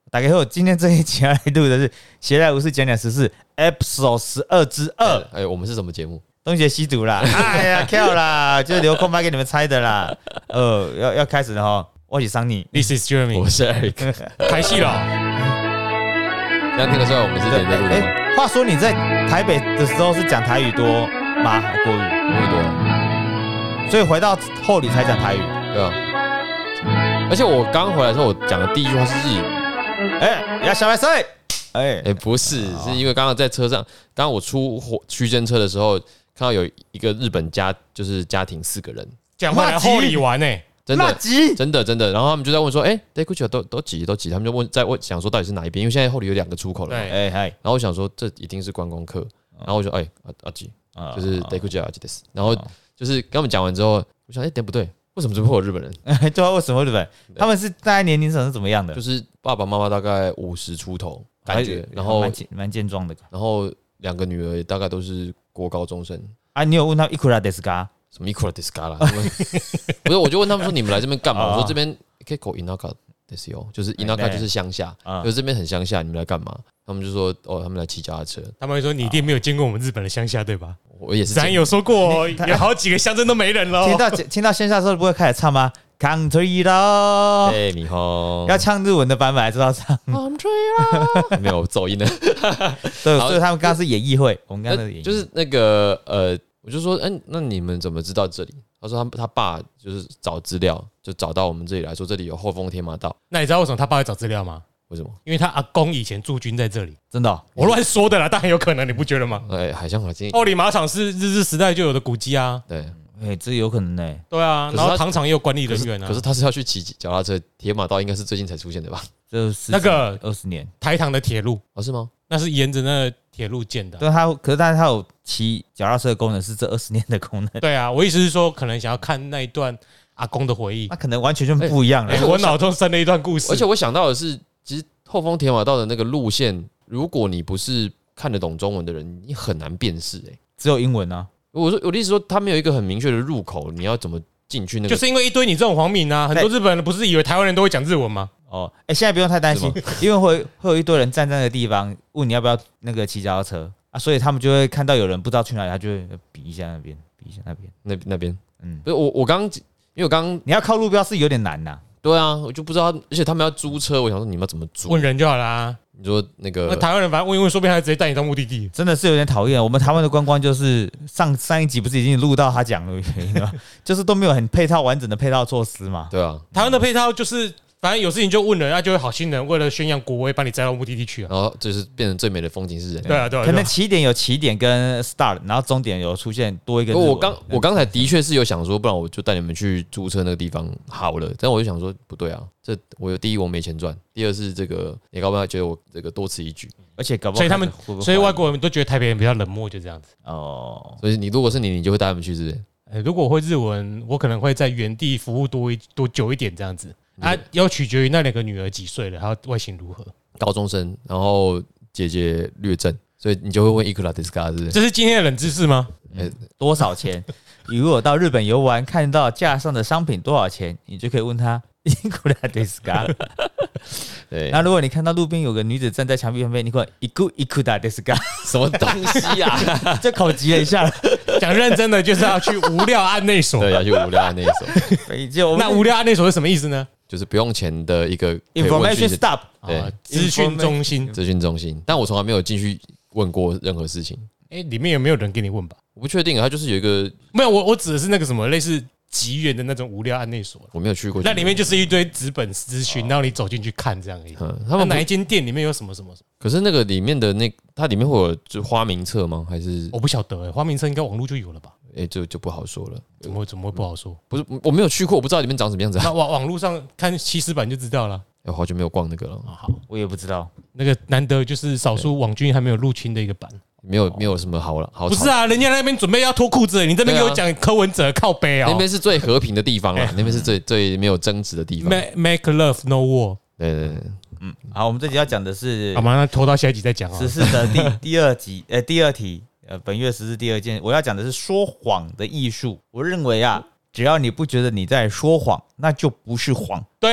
大家好，今天这一集要来录的是闲来无事讲讲时事 Episode 12之2。 哎，我们是什么节目？ 东邪西毒啦，哎呀，跳啦，就留空白给你们猜的啦。要开始了哈，我是桑尼 ，This is Jeremy， 我是 Eric， 开戏了。 这样听得出来我们是连着录的吗？ 话说你在台北的时候是讲台语多吗？国语？ 国语多， 所以回到后里才讲台语。 对啊。而且我刚回来的时候，我讲的第一句话是日语。 要小白水。 不是，是因为刚刚在车上，刚刚我出区间车的时候，看到有一个日本就是家庭4个人， 讲回来后里玩欸， 真的，然后他们就在问说，对，Gucci 都挤，他们就在问想说到底是哪一边，因为现在后里有2个出口了嘛，然后我想说这一定是观光客，然后我就阿吉，就是 Gucci 阿吉的，然后就是跟他们讲完之后，我想不对。为什么只会有日本人？ 对啊，为什么日本？他们是大概年龄层是怎么样的？ 就是爸爸妈妈大概50出头，感觉，然后蛮健壮的， 然后2个女儿大概都是国高中生。 啊，你有问他いくらですか？ 什么いくらですか啦？不是，我就问他们说你们来这边干嘛？我说这边結構田舎ですよ，就是田舎就是乡下，就是这边很乡下，你们来干嘛？他们就说他们来骑脚踏车。 他们会说你一定没有见过我们日本的乡下，对吧？ 我也是。 咱有说过，有好几个乡镇都没人了。 听到乡下的时候不会开始唱吗 ？Country 咯， 对，你好。 要唱日文的版本还知道唱 Country 咯，没有走音的。 对，所以他们刚刚是演艺会，我们刚刚是演艺会就是那个我就说，那你们怎么知道这里？他说他爸就是找资料，就找到我们这里来说，这里有后丰天马道。 那你知道为什么他爸会找资料吗？ 为什么？ 因为他阿公以前驻军在这里。 真的我乱说的啦，但很有可能，你不觉得吗？ 海上华金， 后里马场是日治时代就有的古迹啊。 对， 这有可能呢。 对啊，然后糖厂也有管理人员啊。 可是他是要去骑脚踏车，铁马道应该是最近才出现的吧？ 就是那个 20年台糖的铁路是吗？ 那是沿着那个铁路建的。 对，但是他有骑脚踏车的功能，是这20年的功能。 对啊，我意思是说，可能想要看那一段阿公的回忆， 那可能完全就不一样了。 我脑中生了一段故事。 而且我想到的是，其实后丰铁马道的那个路线，如果你不是看得懂中文的人，你很难辨识。 只有英文啊。 我的意思说，他没有一个很明确的入口，你要怎么进去那个？ 就是因为一堆你这种皇民啊，很多日本人不是以为台湾人都会讲日文吗？ 现在不用太担心，因为会有一堆人站在那个地方问你要不要那个骑脚踏车啊，所以他们就会看到有人不知道去哪里，他就会比一下那边，比一下那边， 那边。不是我刚，因为我刚你要靠路标是有点难呐。 对啊，我就不知道，而且他们要租车，我想说你们要怎么租？ 问人就好啦。 你说那台湾人反正问一问，说不定还直接带你到目的地。 真的是有点讨厌。我们台湾的观光就是上一集不是已经录到他讲了吗？就是都没有很完整的配套措施嘛。 对啊， 台湾的配套就是反正有事情就问人，那就会好心人为了宣扬国威，把你载到目的地去啊。 然后就是变成最美的风景是人。 对啊， 可能起点有起点跟 start， 然后终点有出现多一个。 我刚才的确是有想说，不然我就带你们去租车那个地方好了。但我就想说不对啊，第一我没钱赚，第二是这个你搞不好觉得我这个多此一举， 而且搞不好所以外国人都觉得台北人比较冷漠，就这样子。 所以你如果是你就会带他们去，是不是？ 如果我会日文，我可能会在原地服务多久一点这样子。要取决于那2个女儿几岁了，还有外形如何。 高中生，然后姐姐略正，所以你就会问いくらですか，是不是？ 这是今天的冷知识吗？ 多少钱？如果到日本游玩，看到架上的商品多少钱，你就可以问他いくらですか。对，那如果你看到路边有个女子站在墙壁旁边，你问いくらですか， 什么东西啊？ 这口急了一下。 讲认真的就是要去无料案内所。 对，要去无料案内所。 那无料案内所是什么意思呢？ 就是不用钱的一个 information stop， 对， 资讯中心。 资讯中心，但我从来没有进去问过任何事情。 里面有没有人给你问吧？ 我不确定，他就是有一个没有，我指的是那个什么类似极远的那种无料案内所。 我没有去过， 那里面就是一堆纸本资讯，然后你走进去看这样而已。他们哪一间店里面有什么？ 可是那个里面的它里面会有就花名册吗？还是我不晓得花名册应该网络就有了吧？ 就不好说了。 怎么会不好说？ 不是，我没有去过，我不知道里面长什么样子。 那网络上看700版就知道了。 好久没有逛那个了。 好，我也不知道。 那个难得就是少数网军还没有入侵的一个版。 没有什么好不是啊，人家那边准备要脱裤子，你这边给我讲柯文哲靠背啊。 那边是最和平的地方了，那边是最没有争执的地方。 Make love no war。 对。 好，我们这集要讲的是， 好，马上拖到下一集再讲啊。 时事的第二题，本月时事第2件，我要讲的是说谎的艺术。我认为啊，只要你不觉得你在说谎，那就不是谎。 对啊，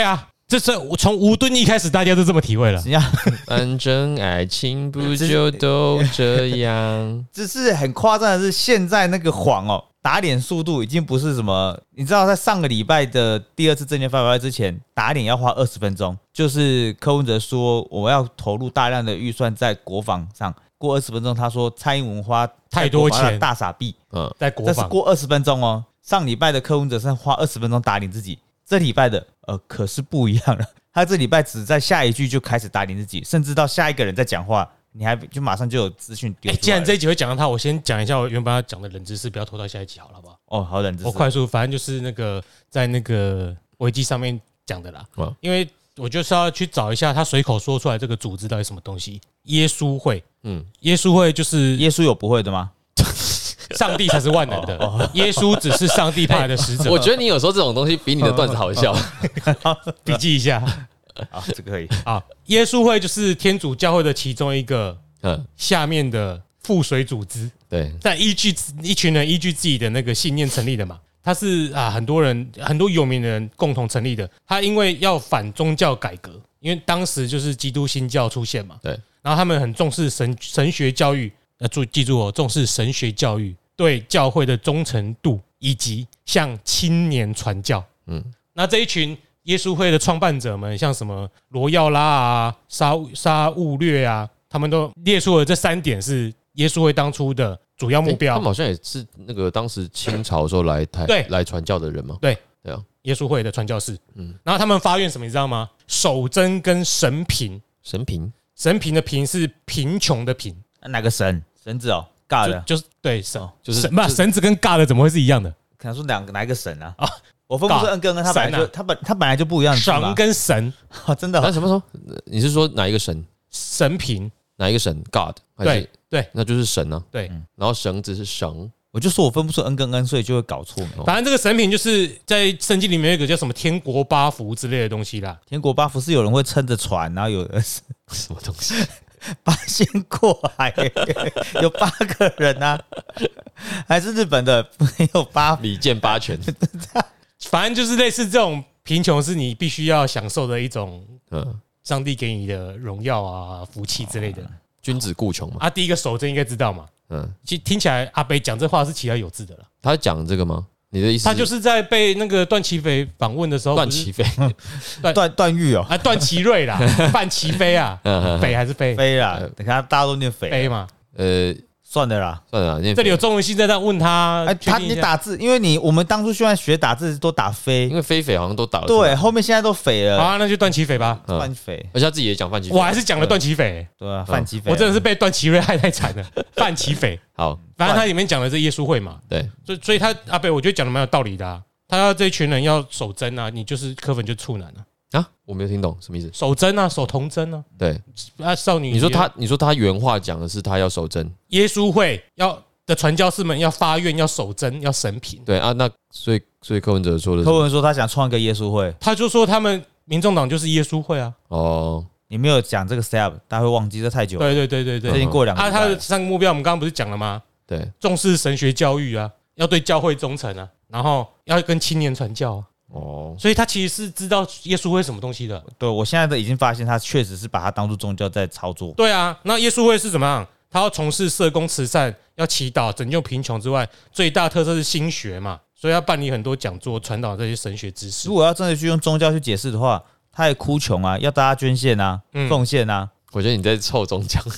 这是从吴敦义开始，大家都这么体会了。 反正爱情不就都这样。 只是很夸张的是，现在那个谎哦，打脸速度已经不是什么。你知道，在上个礼拜的第2次政见发表会之前，打脸要花20分钟，就是柯文哲说我要投入大量的预算在国防上。过20分钟，他说蔡英文花太多钱， 大傻逼。 在国防， 这是过20分钟哦。上礼拜的柯文哲是花20分钟打脸自己，这礼拜的可是不一样了。他这礼拜只在下一句就开始打脸自己，甚至到下一个人在讲话，你还就马上就有资讯丢出来。 既然这一集会讲到他，我先讲一下我原本要讲的冷知识，不要拖到下一集好了，好不好？ 哦，好冷知识， 我快速，反正就是那个在那个维基上面讲的啦。因为我就是要去找一下他随口说出来这个组织到底什么东西。耶稣会，耶稣会就是耶稣有不会的吗？ 上帝才是万能的，耶稣只是上帝派来的使者。 我觉得你有时候这种东西比你的段子好笑。 笔记一下， 这个可以啊。耶稣会就是天主教会的其中一个下面的附属组织， 对， 但一群人依据自己的那个信念成立的嘛。他是很多有名的人共同成立的。他因为要反宗教改革，因为当时就是基督新教出现嘛， 对， 然后他们很重视神学教育。记住哦，重视神学教育对教会的忠诚度，以及向青年传教。那这一群耶稣会的创办者们，像什么罗耀拉啊、沙勿略啊，他们都列出了这3点是耶稣会当初的主要目标。 他们好像也是那个当时清朝的时候来传教的人嘛。 对啊， 耶稣会的传教士。然后他们发愿什么，你知道吗？守贞跟神贫。神贫的贫是贫穷的贫。 哪个神？绳子哦，尬的， 就是对神， 就是绳子跟尬的怎么会是一样的？ 可能说哪一个神啊？我分不出 N 跟 N， 他本来就不一样。 神跟神， 真的？ 什么时候？你是说哪一个神？ 神平哪一个神 ？God 对， 那就是神啊。 对， 然后绳子是绳， 我就说我分不出 N 跟 N， 所以就会搞错。 反正这个神品就是在圣经里面有一个叫什么天国八福之类的东西啦。 天国八福是有人会撑着船，然后有人是什么东西？ 八仙过海，有8个人啊，还是日本的没有礼剑8拳， 反正就是类似这种贫穷是你必须要享受的一种，上帝给你的荣耀啊、福气之类的。 君子固穷嘛。 第一个守贞应该知道嘛。其实听起来阿北讲这话是其来有致的了。 他讲这个吗？你的意思？ 他就是在被那个段祺斐访问的时候， 段祺斐、 段誉哦， 段祺瑞啦，范齐飞啊，斐还是飞飞啦？你看大家都念飞嘛， 算了啦， 这里有中文系在那问他， 你打字，因为我们当初虽然学打字都打飞， 因为飞好像都打了， 对，后面现在都匪了， 好，那就段祺斐吧， 段祺， 而且他自己也讲范齐斐， 我还是讲了段祺斐， 对啊，范齐斐， 我真的是被段祺瑞害太惨了，范齐斐， 好， 反正他里面讲的是耶稣会嘛， 对， 所以他阿北我觉得讲的蛮有道理的，他要这一群人要守贞啊，你就是柯粉就处男啊，我没有听懂什么意思。 守贞啊，守童贞啊， 对少女。 你说他原话讲的是他要守贞， 耶稣会的传教士们要发愿，要守贞，要神品。 对啊，那所以柯文哲说的， 柯文说他想创一个耶稣会， 他就说他们民众党就是耶稣会啊。 哦，你没有讲这个 step， 大家会忘记，这太久了。 对， 最近过2个礼拜。 他的3个目标我们刚刚不是讲了吗？ 对， 重视神学教育啊，要对教会忠诚啊，然后要跟青年传教啊。所以他其实是知道耶稣会什么东西的。 对，我现在都已经发现他确实是把它当作宗教在操作。 对啊，那耶稣会是怎么样？他要从事社工慈善，要祈祷拯救贫穷之外，最大特色是心学嘛，所以要办理很多讲座，传导这些神学知识。 如果要真的去用宗教去解释的话，他也哭穷啊，要大家捐献啊，奉献啊。 我觉得你在凑宗教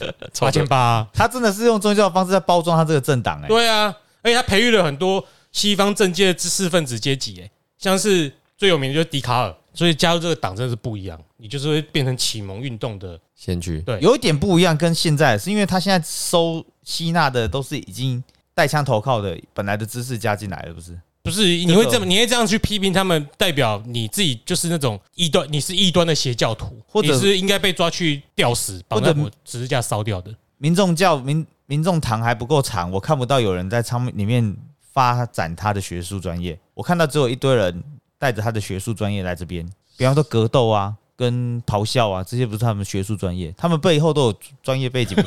，8800， 他真的是用宗教的方式在包装他这个政党。 对啊，而且他培育了很多西方政界的知识分子阶级，像是最有名的就是笛卡尔，所以加入这个党真的是不一样，你就是会变成启蒙运动的先驱。 对，有一点不一样，跟现在是因为他现在吸纳的都是已经带枪投靠的本来的知识家进来了，不是？不是， 你会这样去批评他们，代表你自己就是那种异端，你是异端的邪教徒，或者你是应该被抓去吊死，绑在十字架烧掉的。民众堂还不够长，我看不到有人在里面发展他的学术专业，我看到只有一堆人带着他的学术专业来这边，比方说格斗啊、跟咆哮啊，这些不是他们学术专业，他们背后都有专业背景，不是？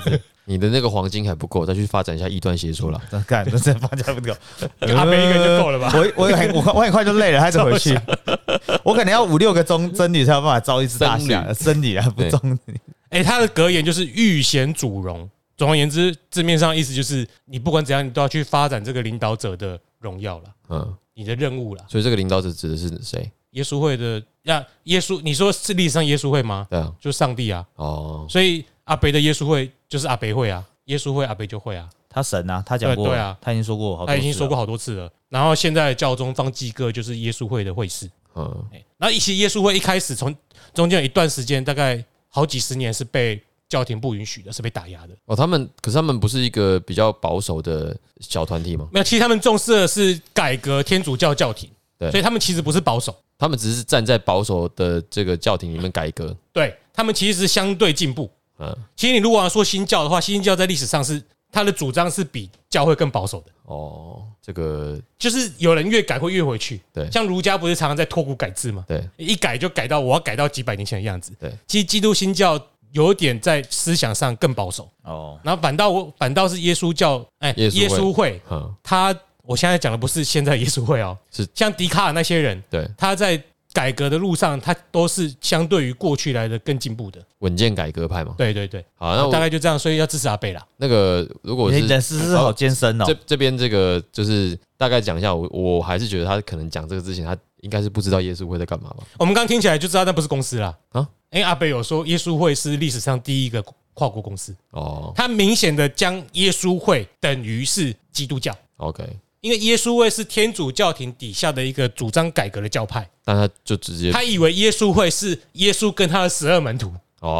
你的那个黄金还不够，再去发展一下异端邪说了。 干，这发展不够， 阿北一个人就够了吧？ 我很快就累了，还是回去。我可能要5-6个僧侣才有办法招一只大象。僧侣啊，不僧侣。 他的格言就是欲显主荣。总而言之，字面上意思就是你不管怎样，你都要去发展这个领导者的荣耀了，你的任务了。 所以这个领导者指的是谁？ 耶稣会的耶稣，你说是历史上耶稣会吗？ 对啊， 就是上帝啊。 哦， 所以阿北的耶稣会就是阿北会啊，耶稣会阿北就会啊。 他神啊，他讲过，对啊，他已经说过好多次了， 他已经说过好多次了。然后现在教宗方济各就是耶稣会的会士，然后一些耶稣会一开始从中间有一段时间，大概好几十年是被教廷不允许的，是被打压的。 可是他们不是一个比较保守的小团体吗？ 没有，其实他们重视的是改革天主教教廷，所以他们其实不是保守， 他们只是站在保守的这个教廷里面改革。 对，他们其实是相对进步。其实你如果要说新教的话，新教在历史上是他的主张是比教会更保守的。 这个就是有人越改会越回去。 对， 像儒家不是常常在脱骨改制吗？ 对， 一改就改到我要改到几百年前的样子。 对， 其实基督新教有点在思想上更保守。然后反倒是耶稣教，耶稣会，我现在讲的不是现在耶稣会是像笛卡尔那些人， 对， 他在改革的路上，他都是相对于过去来的更进步的稳健改革派嘛。 对，好，那大概就这样，所以要支持阿贝啦。 那个如果是你的思思好艰深哦。 这边这个就是大概讲一下，我还是觉得他可能讲这个之前，他应该是不知道耶稣会在干嘛吧。 我们刚听起来就知道那不是公司啦。因为阿贝有说耶稣会是历史上第一个跨国公司。他明显的将耶稣会等于是基督教。 OK。 因为耶稣会是天主教廷底下的一个主张改革的教派， 但他就直接他以为耶稣会是耶稣跟他的12门徒。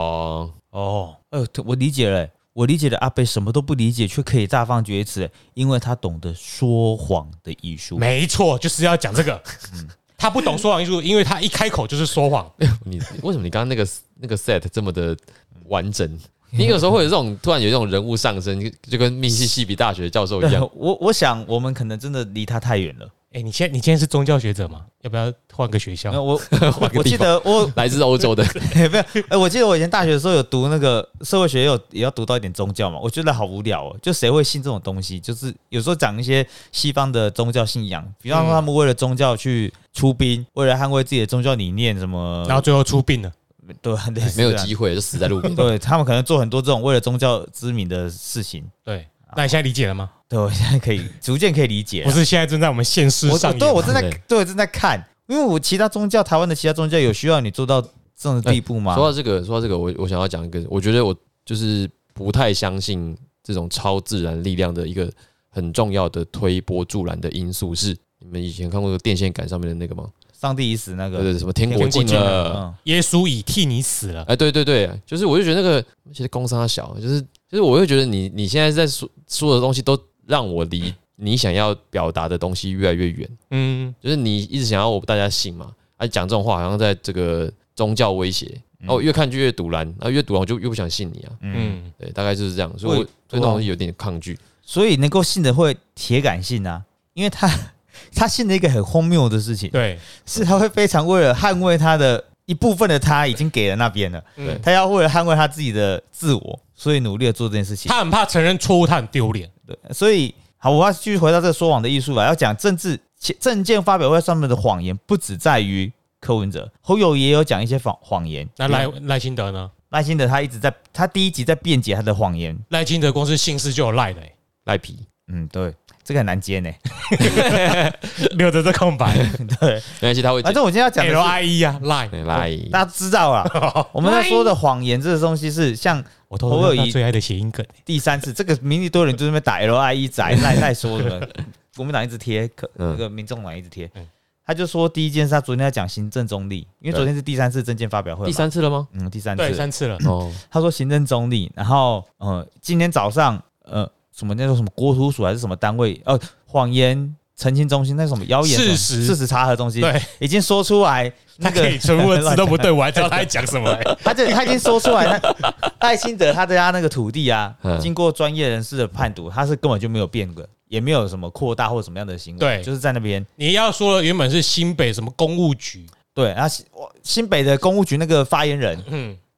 我理解了，我理解的阿贝什么都不理解，却可以大放厥词，因为他懂得说谎的艺术。 没错，就是要讲这个。他不懂说谎艺术，因为他一开口就是说谎。 你为什么你刚刚那个 set 这么的完整？你有时候会有这种突然有这种人物上升，就跟密西西比大学教授一样。 我想我们可能真的离他太远了。 你现在是宗教学者吗？要不要换个学校？ 我记得我来自欧洲的， 没有。我记得我以前大学的时候有读那个社会学，也要读到一点宗教嘛。我觉得好无聊哦，就谁会信这种东西？就是有时候讲一些西方的宗教信仰，比方说他们为了宗教去出兵，为了捍卫自己的宗教理念什么， 然后最后出兵了。 对， 没有机会就死在路边。 对，他们可能做很多这种为了宗教之名的事情。 对，那你现在理解了吗？ 对，我现在逐渐可以理解。 不是现在正在我们现实上演。 对，我正在看，因为我台湾的其他宗教有需要你做到这种地步吗？ 说到这个，我想要讲一个，我觉得我就是不太相信这种超自然力量的一个很重要的推波助澜的因素是，你们以前看过那个电线杆上面的那个吗？ 上帝已死那个， 对，什么天国近了， 耶稣已替你死了。 对，就是我就觉得那个其实工商小，就是我会觉得你现在在说的东西都让我离你想要表达的东西越来越远。就是你一直想要大家信嘛，讲这种话好像在这个宗教威胁，然后越看就越堵拦，然后越堵拦我就越不想信你啊。对，大概就是这样，所以我对那种东西有点抗拒。 所以能够信的会铁杆信啊，因为他信了一个很荒谬的事情， 对， 是他会非常为了捍卫他的一部分的他已经给了那边了，他要为了捍卫他自己的自我，所以努力的做这件事情。 他很怕承认错误，他很丢脸。 对，所以好，我要继续回到这个说谎的艺术吧。要讲政见发表会上面的谎言，不只在于柯文哲，侯友也有讲一些谎言。 那赖清德呢？ 赖清德他第一集在辩解他的谎言。 赖清德光是姓氏就有赖的赖皮。 对。这个很难接呢， 留着这空白。 对， 没关系，他会。 反正我今天要讲的是 LIE 啊 ，LIE， 大家知道啊。我们在说的谎言这个东西是像侯友宜最爱的谐音梗。 第3次，这个民意多人就在那边打 LIE 仔赖说的，国民党一直贴，那个民众党一直贴。他就说第一件事，他昨天在讲行政中立，因为昨天是第3次政见发表会。 第3次了吗？ 第3次， 对，3次了。 他说行政中立，然后今天早上什么那种什么国土署还是什么单位谎言澄清中心那什么谣言事实查核中心，对，已经说出来那个他可以全部的字都不对，我还知道他在讲什么。 他已经说出来，赖清德他的那个土地啊，经过专业人士的判读，他是根本就没有变过，也没有什么扩大或者什么样的行为， 对， 就是在那边。 你要说的原本是新北什么公务局， 对，然后新北的公务局那个发言人，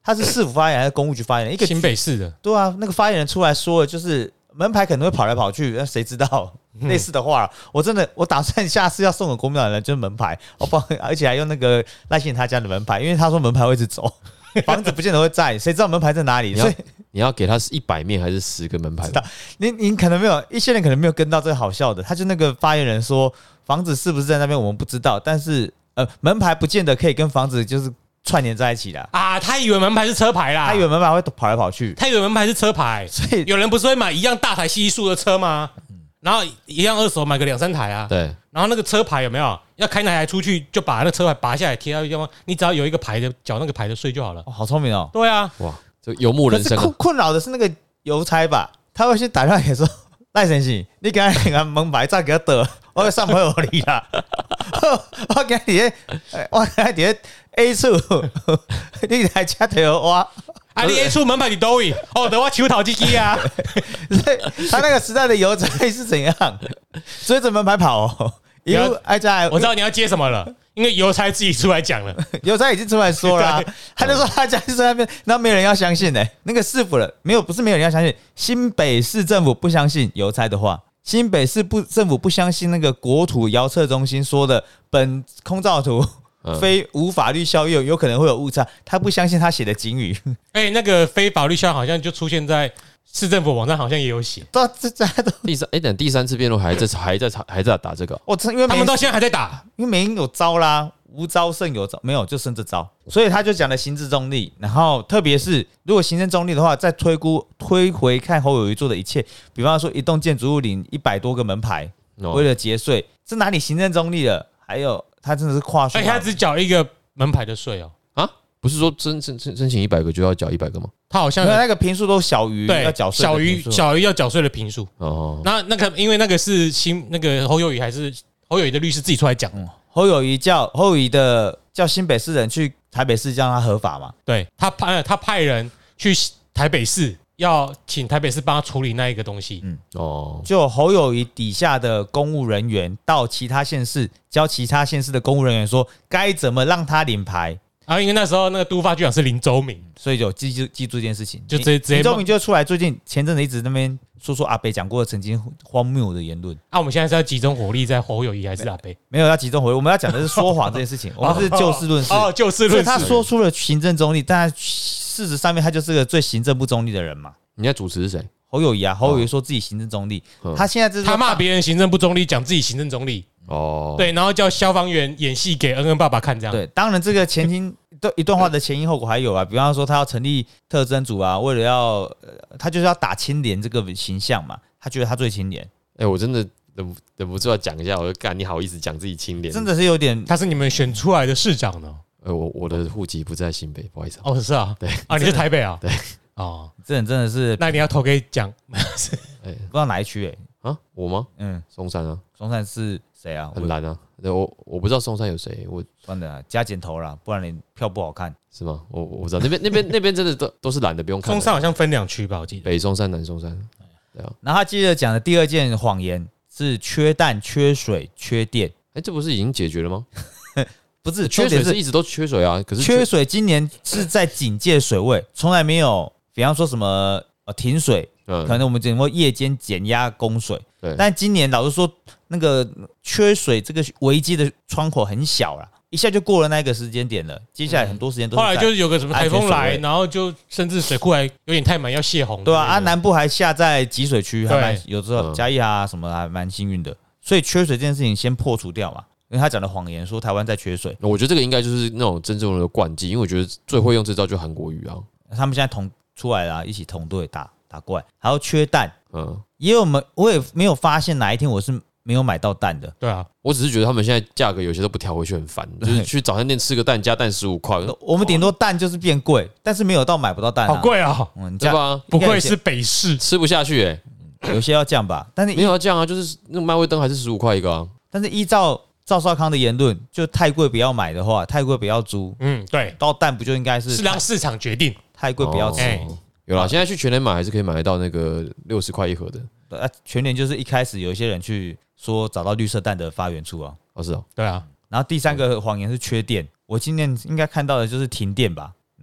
他是市府发言人还是公务局发言人？一个新北市的， 对啊，那个发言人出来说了，就是门牌可能会跑来跑去，那谁知道类似的话？我打算下次要送给国民党的人就是门牌，而且还用那个赖清德他家的门牌，因为他说门牌会一直走，房子不见得会在，谁知道门牌在哪里？所以你要给他100面还是10个门牌？ 你可能没有，一些人可能没有跟到这个好笑的，他就那个发言人说房子是不是在那边我们不知道，但是门牌不见得可以跟房子就是串联在一起的啊！他以为门牌是车牌啦， 他以为门牌会跑来跑去， 他以为门牌是车牌，所以有人不是会买一样大台系数的车吗？然后一样二手买个2-3台啊， 对， 然后那个车牌有没有要开哪台出去，就把那个车牌拔下来贴到地方，你只要有一个牌的缴那个牌的税就好了。 好聪明哦！ 对啊， 哇，这游牧人生啊！ 困扰的是那个邮差吧，他会先打电话给说赖先生，你给他门牌再给他得，我要上朋友里啦。我给你 A 处，你来车头我。 啊！你 A 出门牌你都位哦，等我求讨机机啊！ 他那个时代的邮差是怎样追着门牌跑哦？一路挨家， 我知道你要接什么了，因为邮差自己出来讲了， 邮差已经出来说了、他就说他家就在那边，然后没人要相信那个市府了，不是没有人要相信，新北市政府不相信邮差的话，新北市政府不相信那个国土遥测中心说的本空照图。非无法律效用，有可能会有误差。他不相信他写的警语。 那个非法律效用好像就出现在市政府网站，好像也有写。 对，这都等第3次辩论还在打这个。 因为他们到现在还在打， 因为美英有招啦，无招胜有招，没有就剩这招。所以他就讲了行政中立，然后特别是如果行政中立的话，再推回看侯友宜做的一切，比方说一栋建筑物领100多个门牌，为了节税，这哪里行政中立了？还有。他真的是跨税， 他只缴一个门牌的税哦。 啊，不是说申请100个就要缴100个吗？ 他好像那个坪数都小于要缴税， 小于要缴税的坪数。哦，那个因为那个是那个侯友宜还是侯友宜的律师自己出来讲， 侯友宜叫新北市人去台北市叫他合法嘛？ 对，他派人去台北市。要请台北市帮他处理那一个东西， 就侯友宜底下的公务人员到其他县市教其他县市的公务人员说该怎么让他领牌啊，因为那时候那个都发局长是林周明， 所以就记住这件事情， 就直接林周明就出来，最近前阵子一直那边说阿北讲过曾经荒谬的言论。 我们现在是要集中火力在侯友宜还是阿北？ 没有要集中火力，我们要讲的是说谎这件事情，我们是就事论事。 就事论事。 他说出了行政中立，但事实上面他就是个最行政不中立的人嘛。 你在主持是谁？ 侯友宜啊，侯友宜说自己行政中立，他现在他骂别人行政不中立，讲自己行政中立。对，然后叫消防员演戏给恩爸爸看，这样。 对，当然这个一段话的前因后果还有啊，比方说他要成立特侦组啊，为了他就是要打清廉这个形象嘛，他觉得他最清廉。 我真的忍不住要讲一下，我就干，你好意思讲自己清廉？ 真的是有点， 他是你们选出来的市长呢。 我的户籍不在新北，不好意思。 是啊， 对啊，你是台北啊？ 对。 这人真的是， 那你要投给蒋， 不知道哪一区我吗？松山啊， 松山是谁啊？ 很蓝啊，我不知道松山有谁，我算了，加减头啦，不然你票不好看是吗？我不知道那边真的都是蓝的，不用看。 松山好像分2区吧，我记得北松山、南松山。对啊， 然后他接着讲的第2件谎言是缺蛋、缺水、缺电。 这不是已经解决了吗？ 不是， 缺水是一直都缺水啊，可是缺水今年是在警戒水位，从来没有。比方说什么停水，可能我们只能夜间减压供水，但今年老实说，那个缺水这个危机的窗口很小啦，一下就过了那个时间点了。接下来很多时间都是后来就是有个什么台风来，然后就甚至水库还有点太满，要泄洪。 对啊，南部还下在集水区，还蛮有时候嘉义啊什么还蛮幸运的，所以缺水这件事情先破除掉嘛。因为他讲的谎言说台湾在缺水， 我觉得这个应该就是那种真正的灌剂，因为我觉得最会用这招就是韩国瑜啊， 他们现在出来了，一起同队打怪，还有缺蛋，我也没有发现哪一天我是没有买到蛋的。 对啊， 我只是觉得他们现在价格有些都不调回去很烦，就是去早餐店吃个蛋加蛋15块， 我们顶多蛋就是变贵，但是没有到买不到蛋， 好贵啊， 对吧？ 不愧是北市， 吃不下去有些要降吧，但是没有要降啊，就是那个麦味登还是15块一个啊。 但是依照赵少康的言论，就太贵不要买的话，太贵不要租。 对， 到蛋不就应该是让市场决定， 太贵不要吃。 有啦，现在去全联买还是可以买得到那个60块一盒的。 全联就是一开始有一些人去说找到绿色蛋的发源处啊。 是哦， 对啊。 然后第3个谎言是缺电，我今年应该看到的就是停电吧。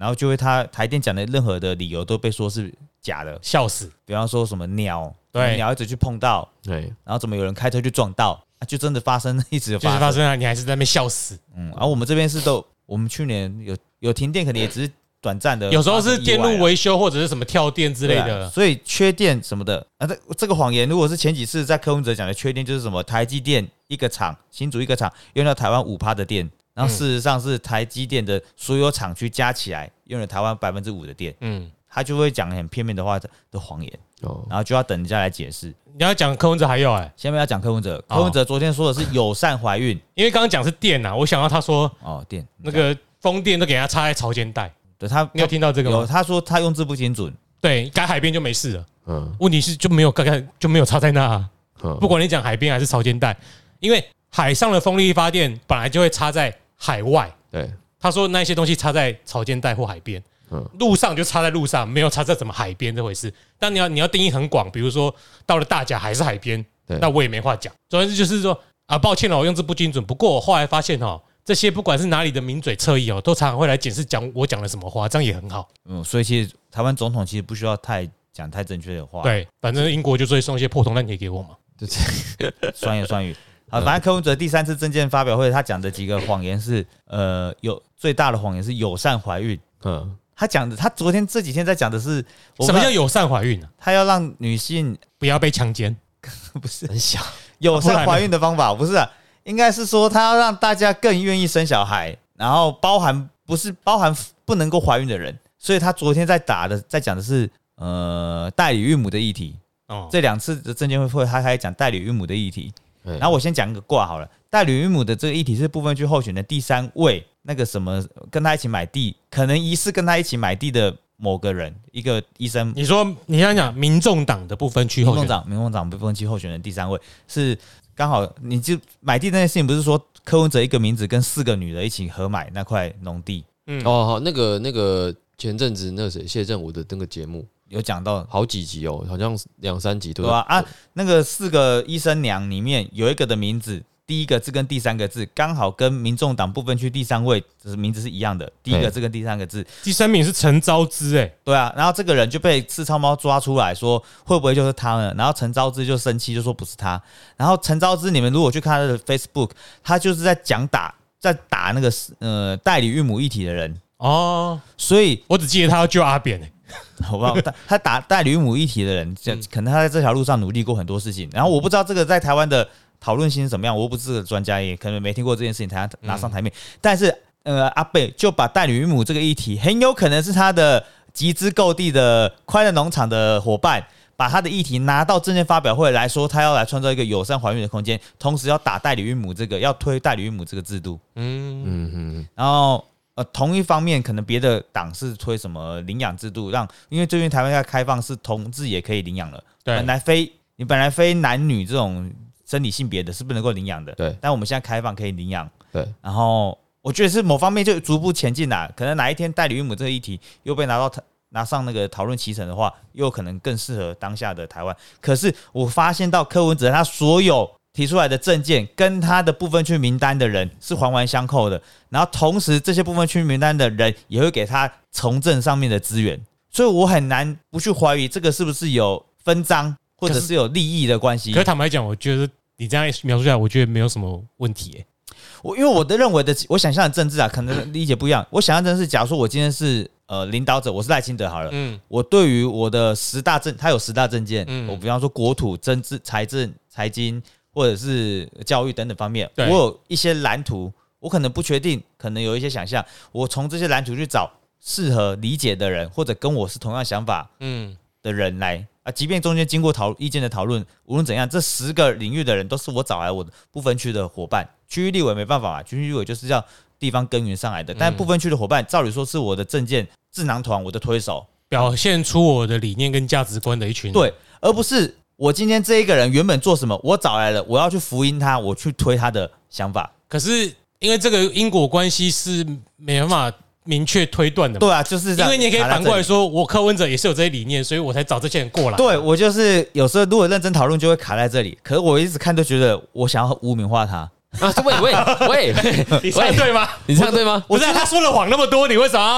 然后就会他台电讲的任何的理由都被说是假的， 笑死。 比方说什么鸟， 对， 鸟一直去碰到， 对， 然后怎么有人开车去撞到，就真的发生，一直发生啊，你还是在那边笑死。 然后我们这边我们去年有停电，可能也只是短暂的， 有时候是电路维修或者是什么跳电之类的， 所以缺电什么的这个谎言，如果是前几次在柯文哲讲的缺电，就是什么台积电一个厂，新竹一个厂用到台湾5%的电，然后事实上是台积电的所有厂区加起来用了台湾5%的电，他就会讲很片面的话的谎言，然后就要等人家来解释。 你要讲柯文哲还有下面要讲柯文哲，柯文哲昨天说的是友善怀孕， 因为刚刚讲是电啊，我想到他说电那个风电都给他插在潮间带。 对你有听到这个吗？ 有，他说他用字不精准。 对，改海边就没事了。问题是就没有插在那。不管你讲海边还是潮间带，因为海上的风力发电本来就会插在海外。 对， 他说那些东西插在潮间带或海边，路上就插在路上，没有插在什么海边这回事。但你要定义很广，比如说到了大甲还是海边，那我也没话讲。总之就是说抱歉了，我用字不精准。不过我后来发现这些不管是哪里的名嘴侧翼都常常会来解释我讲了什么话，这样也很好。 所以其实台湾总统其实不需要讲太正确的话。 对，反正英国就是会送一些破铜烂铁给我嘛。 酸言酸语。好，反正柯文哲第3次政见发表会，他讲的几个谎言是，有最大的谎言是友善怀孕。他昨天这几天在讲的是什么叫友善怀孕呢？ 他要让女性不要被强奸， 不是很小友善怀孕的方法，不是应该是说他要让大家更愿意生小孩，然后不是包含不能够怀孕的人，所以他昨天在讲的是代理孕母的议题。这2次的政见会他开始讲代理孕母的议题。然后我先讲一个卦好了，代理孕母的这个议题是部分区候选的第3位，那个什么跟他一起买地，可能疑似跟他一起买地的某个人，一个医生。 你说你想讲民众党的不分区候选人， 民众党不分区候选人第3位是刚好，你就买地那件事情，不是说柯文哲一个名字跟4个女的一起合买那块农地？ 那个前阵子那谁谢振武的那个节目。 有讲到好几集好像2、3集都对吧？那个4个医生娘里面有一个的名字，第1个字跟第3个字刚好跟民众党不分区第3位名字是一样的，第1个字跟第3个字。 第3名是陈昭之， 对啊，然后这个人就被四超猫抓出来说会不会就是他呢？然后陈昭之就生气，就说不是他。然后陈昭之，你们如果去看他的 Facebook， 他就是在打那个代理孕母议题的人所以我只记得他要救阿扁好不好？他打代理孕母议题的人，可能他在这条路上努力过很多事情。然后我不知道这个在台湾的讨论性是怎么样，我不是个专家，也可能没听过这件事情，才拿上台面。但是阿贝就把代理孕母这个议题，很有可能是他的集资购地的快乐农场的伙伴，把他的议题拿到政见发表会来说，他要来创造一个友善怀孕的空间，同时要打代理孕母要推代理孕母这个制度。然后。同一方面，可能别的党是推什么领养制度，因为最近台湾在开放是同志也可以领养了。对，你本来非男女这种生理性别的是不能够领养的。 对， 但我们现在开放可以领养。 对， 然后我觉得是某方面就逐步前进啦。可能哪一天代理孕母这个议题又被拿上那个讨论期程的话，又可能更适合当下的台湾。可是我发现到柯文哲他所有提出来的政见跟他的不分区名单的人是环环相扣的，然后同时这些不分区名单的人也会给他从政上面的资源，所以我很难不去怀疑这个是不是有分赃或者是有利益的关系。 可是坦白讲，我觉得你这样描述下来，我觉得没有什么问题因为我认为的我想象的政治可能理解不一样。我想象的是，假如说我今天是领导者，我是赖清德好了，我对于我的他有10大政见，我比方说国土、政治、财政、财经。或者是教育等等方面，我有一些蓝图，我可能不确定，可能有一些想象，我从这些蓝图去找适合理解的人，或者跟我是同样想法的人来即便中间经过意见的讨论，无论怎样，这10个领域的人都是我找来我的不分区的伙伴。区域立委没办法嘛，区域立委就是要地方耕耘上来的，但不分区的伙伴，照理说是我的政见智囊团，我的推手， 表现出我的理念跟价值观的一群人， 对，而不是。我今天这一个人原本做什么，我找来了，我要去福音他，我去推他的想法。 可是因为这个因果关系是没办法明确推断的嘛。 对啊，就是这样。 因为你也可以反过来说，我柯文哲也是有这些理念，所以我才找这些人过来。 对，我就是有时候如果认真讨论，就会卡在这里。可是我一直看都觉得我想要污名化他。 喂， 你唱对吗？ 你唱对吗？ 我知道他说了谎那么多，你为什么要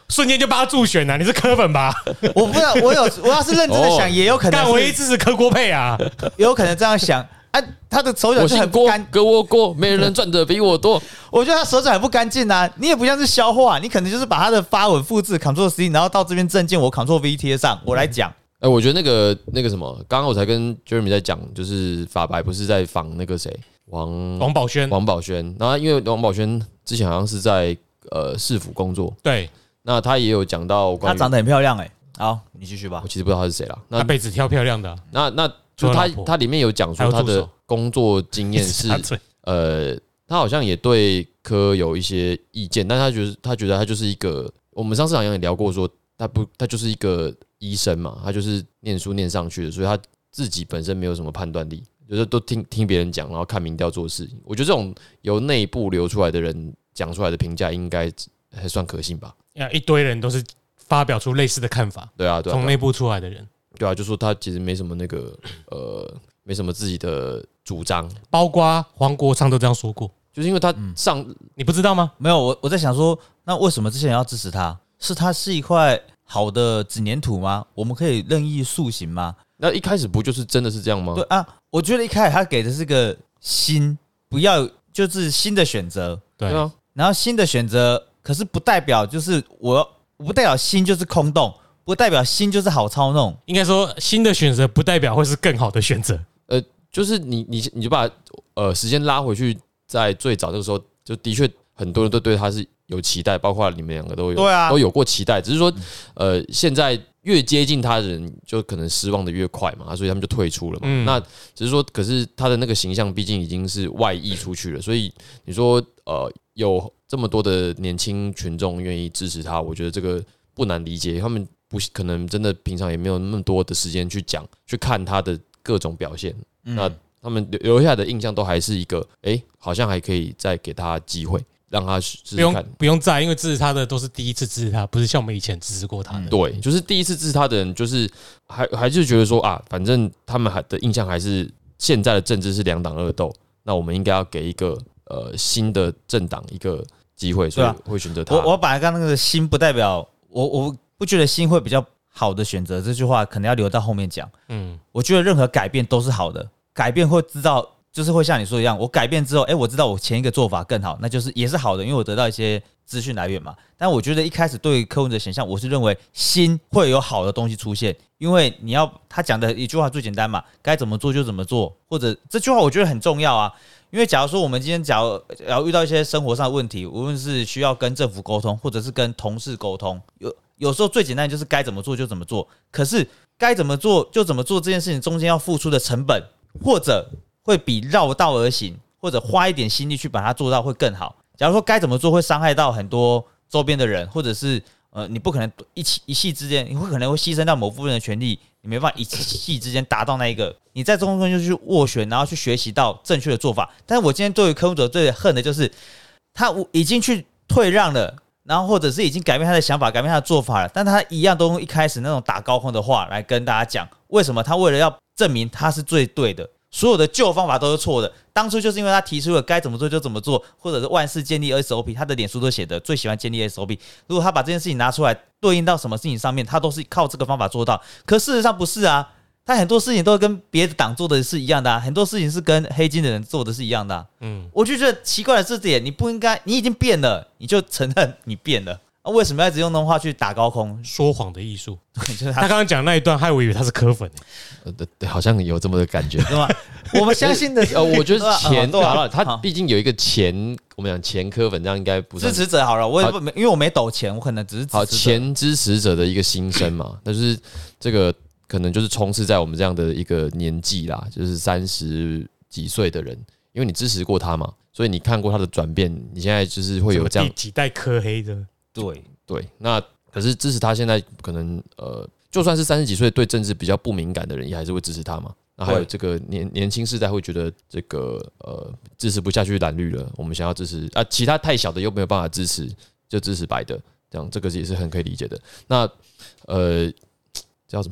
瞬间就帮他助选了，你是柯粉吧？ 我不知道，我要是认真的想，也有可能。 但唯一支持柯郭配啊， 也有可能这样想啊。他的手脚就很不干， 跟我过，没人赚的比我多。 我觉得他手脚很不干净啊，你也不像是消化，你可能就是把他的发文复制 Ctrl+C， 然后到这边证件我 Ctrl+V 贴上，我来讲。 我觉得那个什么，刚刚我才跟 Jeremy 在讲，就是法白不是在仿那个谁王宝轩， 然后因为王宝轩之前好像是在市府工作， 对， 那他也有讲到关于他长得很漂亮好，你继续吧。 我其实不知道他是谁啦， 他被子挑漂亮的啊， 那就他里面有讲说他的工作经验是他好像也对柯有一些意见，但他觉得他就是一个，我们上次好像也聊过说他就是一个医生嘛，他就是念书念上去的，所以他自己本身没有什么判断力，就是都听别人讲，然后看民调做事。我觉得这种由内部流出来的人讲出来的评价，应该还算可信吧？ 一堆人都是发表出类似的看法， 对啊， 从内部出来的人， 对啊，就说他其实没什么没什么自己的主张， 包括黄国昌都这样说过， 就是因为他你不知道吗？ 没有，我在想说，那为什么这些人要支持他？他是一块好的纸黏土吗？我们可以任意塑形吗？ 那一开始不就是真的是这样吗？ 对啊，我觉得一开始他给的是个新，不要就是新的选择， 对啊， 然后新的选择，可是不代表就是我不代表新就是空洞，不代表新就是好操弄。 应该说新的选择不代表会是更好的选择。 就是你就把时间拉回去，在最早那个时候，就的确很多人都对他是有期待，包括你们两个都有， 对啊， 都有过期待。只是说，现在越接近他的人，就可能失望的越快嘛，所以他们就退出了嘛。那只是说，可是他的那个形象毕竟已经是外溢出去了，所以你说有这么多的年轻群众愿意支持他，我觉得这个不难理解。他们不可能真的平常也没有那么多的时间去看他的各种表现。那他们留下来的印象都还是一个，好像还可以再给他机会，让他试试看。 不用再，因为支持他的都是第一次支持他，不是像我们以前支持过他的。 对，就是第一次支持他的人，就是还是觉得说啊，反正他们的印象还是现在的政治是2党2斗，那我们应该要给一个新的政党一个机会，所以会选择他。 我本来刚刚那个新不代表我不觉得新会比较好的选择，这句话可能要留到后面讲。我觉得任何改变都是好的。改变会知道，就是会像你说一样，我改变之后，我知道我前一个做法更好，那就是也是好的，因为我得到一些资讯来源嘛。但我觉得一开始对柯文哲的选项，我是认为新会有好的东西出现，因为他讲的一句话最简单嘛，该怎么做就怎么做，或者这句话我觉得很重要啊。因为假如说我们今天假如遇到一些生活上的问题，无论是需要跟政府沟通，或者是跟同事沟通，有时候最简单就是该怎么做就怎么做。可是该怎么做就怎么做这件事情中间要付出的成本，或者会比绕道而行，或者花一点心力去把它做到会更好。假如说该怎么做会伤害到很多周边的人，或者是你不可能一夕之间，你会可能会牺牲到某部分的权利，你没办法一夕之间达到那一个。你在中间就去斡旋，然后去学习到正确的做法。但是我今天对于柯文哲最恨的就是他已经去退让了，然后或者是已经改变他的想法，改变他的做法了，但他一样都用一开始那种打高空的话来跟大家讲，为什么他为了要证明他是最对的，所有的旧方法都是错的。当初就是因为他提出了该怎么做就怎么做，或者是万事建立 SOP， 他的脸书都写的最喜欢建立 SOP。如果他把这件事情拿出来对应到什么事情上面，他都是靠这个方法做到。可事实上不是啊，他很多事情都跟别的党做的是一样的啊，很多事情是跟黑金的人做的是一样的啊。我就觉得奇怪的这点，你不应该，你已经变了，你就承认你变了。为什么要一直用那种话去打高空？ 说谎的艺术。他刚刚讲那一段，害我以为他是柯粉。 对，好像有这么的感觉， 对吗？我们相信的是， 我觉得好了，他毕竟有一个我们讲前柯粉，这样应该不是支持者好了。我也不因为我没抖钱，我可能只是好前支持者的一个心声嘛。但是这个可能就是充斥在我们这样的一个年纪啦，就是30几岁的人，因为你支持过他嘛，所以你看过他的转变，你现在就是会有这样第几代柯黑的。 对，那可是支持他现在可能就算是30几岁对政治比较不敏感的人，也还是会支持他嘛。那还有这个年轻世代会觉得这个支持不下去蓝绿了，我们想要支持啊，其他太小的又没有办法支持，就支持白的，这样这个也是很可以理解的。那这要怎么讲？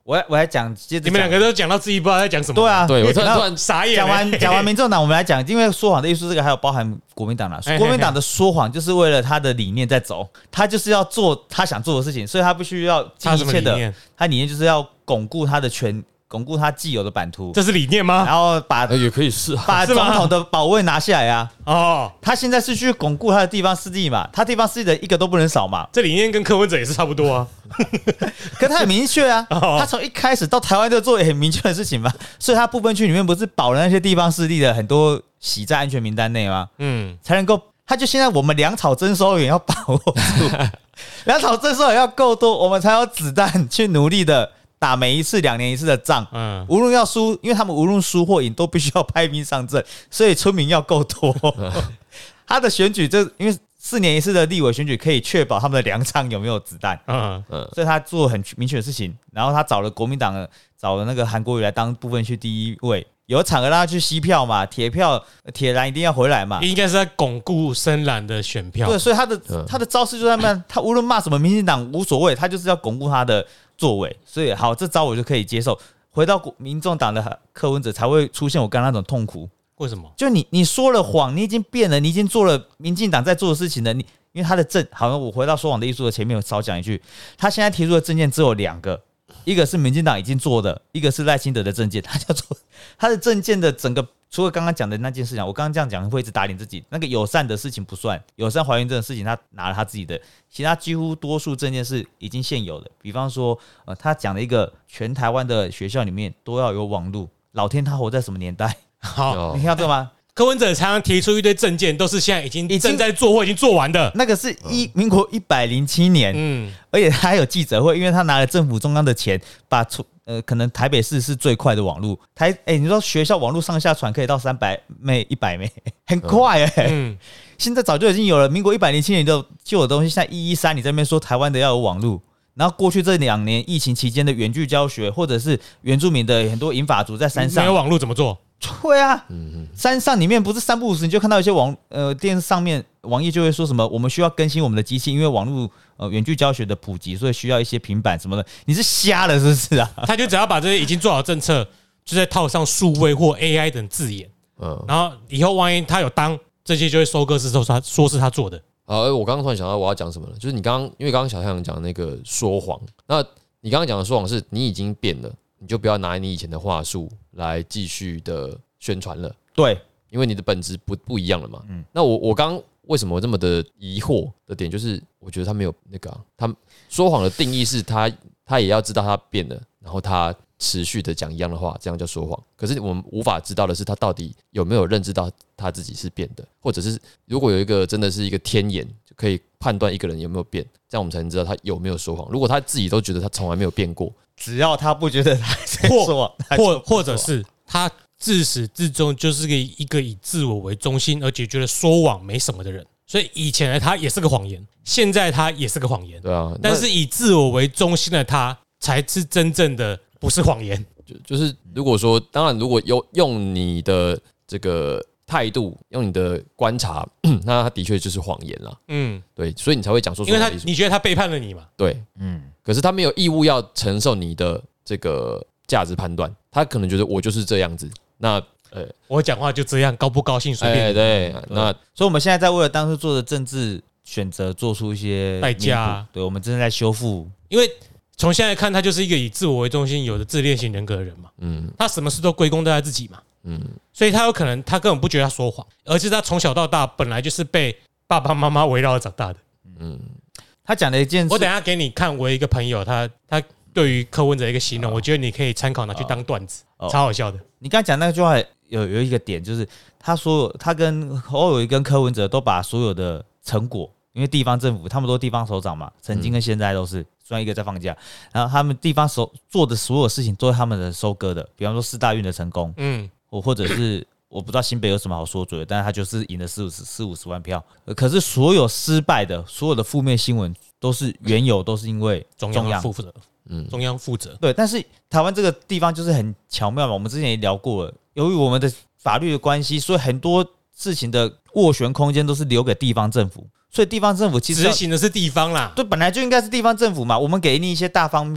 我还讲，接着你们两个都讲到自己不知道在讲什么。 对啊， 对我突然傻眼。 讲完民众党，我们来讲，因为说谎的艺术这个还有包含国民党啦。国民党的说谎就是为了他的理念在走，他就是要做他想做的事情，所以他必须要尽一切的。他理念就是要巩固他的巩固他既有的版图， 这是理念吗？ 然后也可以是把总统的宝位拿下来啊！ 哦， 他现在是去巩固他的地方势力嘛，他地方势力的一个都不能少嘛。 这理念跟柯文哲也是差不多啊， 可他很明确啊，他从一开始到台湾就做很明确的事情嘛，所以他部分区里面不是保了那些地方势力的很多洗在安全名单内吗？才能够，他就现在我们粮草征收也要把握住，粮草征收也要够多，我们才有子弹去努力的。打每一次2年一次的仗，无论要输，因为他们无论输或赢都必须要派兵上阵，所以村民要够多。他的选举因为4年一次的立委选举可以确保他们的粮仓有没有子弹，所以他做很明确的事情。然后他找了国民党找了那个韩国瑜来当部分区第1位，有场合让他去吸票嘛，铁蓝一定要回来嘛， 应该是在巩固深蓝的选票。 对，所以他的招式就在那，他无论骂什么民进党无所谓，他就是要巩固他的作为，所以好，这招我就可以接受。回到民众党的柯文哲才会出现我刚刚那种痛苦。 为什么？ 就你说了谎，你已经变了，你已经做了民进党在做的事情了。因为他的好像我回到说谎的艺术的前面，我少讲一句，他现在提出的政见只有2个，一个是民进党已经做的，一个是赖清德的政见。他叫做他的政见的整个，除了刚刚讲的那件事情，我刚刚这样讲会一直打脸自己。那个友善的事情不算，友善怀孕这种事情他拿了他自己的，其他几乎多数政见是已经现有的。比方说，他讲了一个全台湾的学校里面都要有网路，老天他活在什么年代？好，你听到这个吗？ 柯文哲常常提出一堆政见，都是现在已经正在做或已经做完的。 那个是民国107年，而且他还有记者会，因为他拿了政府中央的钱，把可能台北市是最快的网路，你说学校网路上下传可以到300 Mbps 100 Mbps， 很快现在早就已经有了，民国107年就有的东西，现在113你在那边说台湾的要有网路。然后过去这2年疫情期间的远距教学，或者是原住民的很多银发族在山上没有网路怎么做？ 对啊，山上里面不是3不5时你就看到一些电视上面网页就会说什么，我们需要更新我们的机器，因为网络远距教学的普及，所以需要一些平板什么的。你是瞎了是不是啊？ 他就只要把这些已经做好政策，就再套上数位或 AI 等字眼，然后以后万一他有当这些就会收割是说是他做的。 我刚刚突然想到我要讲什么了，就是因为刚刚小太阳讲那个说谎，那你刚刚讲的说谎是你已经变了，你就不要拿你以前的话术来继续的宣传了。对，因为你的本质不一样了嘛。那我刚为什么这么的疑惑的点，就是我觉得他没有那个他说谎的定义是他也要知道他变了，然后他持续的讲一样的话，这样叫说谎。可是我们无法知道的是，他到底有没有认知到他自己是变的，或者是如果有一个真的是一个天眼，就可以判断一个人有没有变，这样我们才能知道他有没有说谎。如果他自己都觉得他从来没有变过， 只要他不觉得他在说谎， 或者是他自始至终就是一个以自我为中心，而且觉得说谎没什么的人。所以以前的他也是个谎言，现在他也是个谎言。 对啊， 但是以自我为中心的他才是真正的不是谎言。 就是如果说，当然如果用你的这个态度，用你的观察，那他的确就是谎言啦。对，所以你才会讲说， 因为你觉得他背叛了你嘛？ 对，可是他没有义务要承受你的这个价值判断，他可能觉得我就是这样子。那我讲话就这样，高不高兴随便。 对，那所以我们现在在为了当初做的政治选择做出一些代价。 对，我们正在修复。 因为从现在看，他就是一个以自我为中心、有着自恋型人格的人嘛。他什么事都归功在他自己嘛。所以他有可能他根本不觉得他说谎，而是他从小到大本来就是被爸爸妈妈围绕着长大的。 他讲了一件事， 我等一下给你看，我有一个朋友他对于柯文哲一个形容，我觉得你可以参考拿去当段子，超好笑的。 你刚才讲那句话有一个点，就是他说他跟侯友宜跟柯文哲都把所有的成果，因为地方政府他们都地方首长嘛，曾经跟现在都是，虽然一个在放假，然后他们地方做的所有事情都是他们的收割的，比方说4大运的成功，或者是我不知道新北有什么好说嘴的，但是他就是赢了40-50万票。可是所有失败的所有的负面新闻都是因为中央负责。中央负责。 对，但是台湾这个地方就是很巧妙嘛，我们之前也聊过了，由于我们的法律的关系，所以很多事情的斡旋空间都是留给地方政府，所以地方政府其实执行的是地方啦。 对，本来就应该是地方政府嘛，我们给你一些大方向，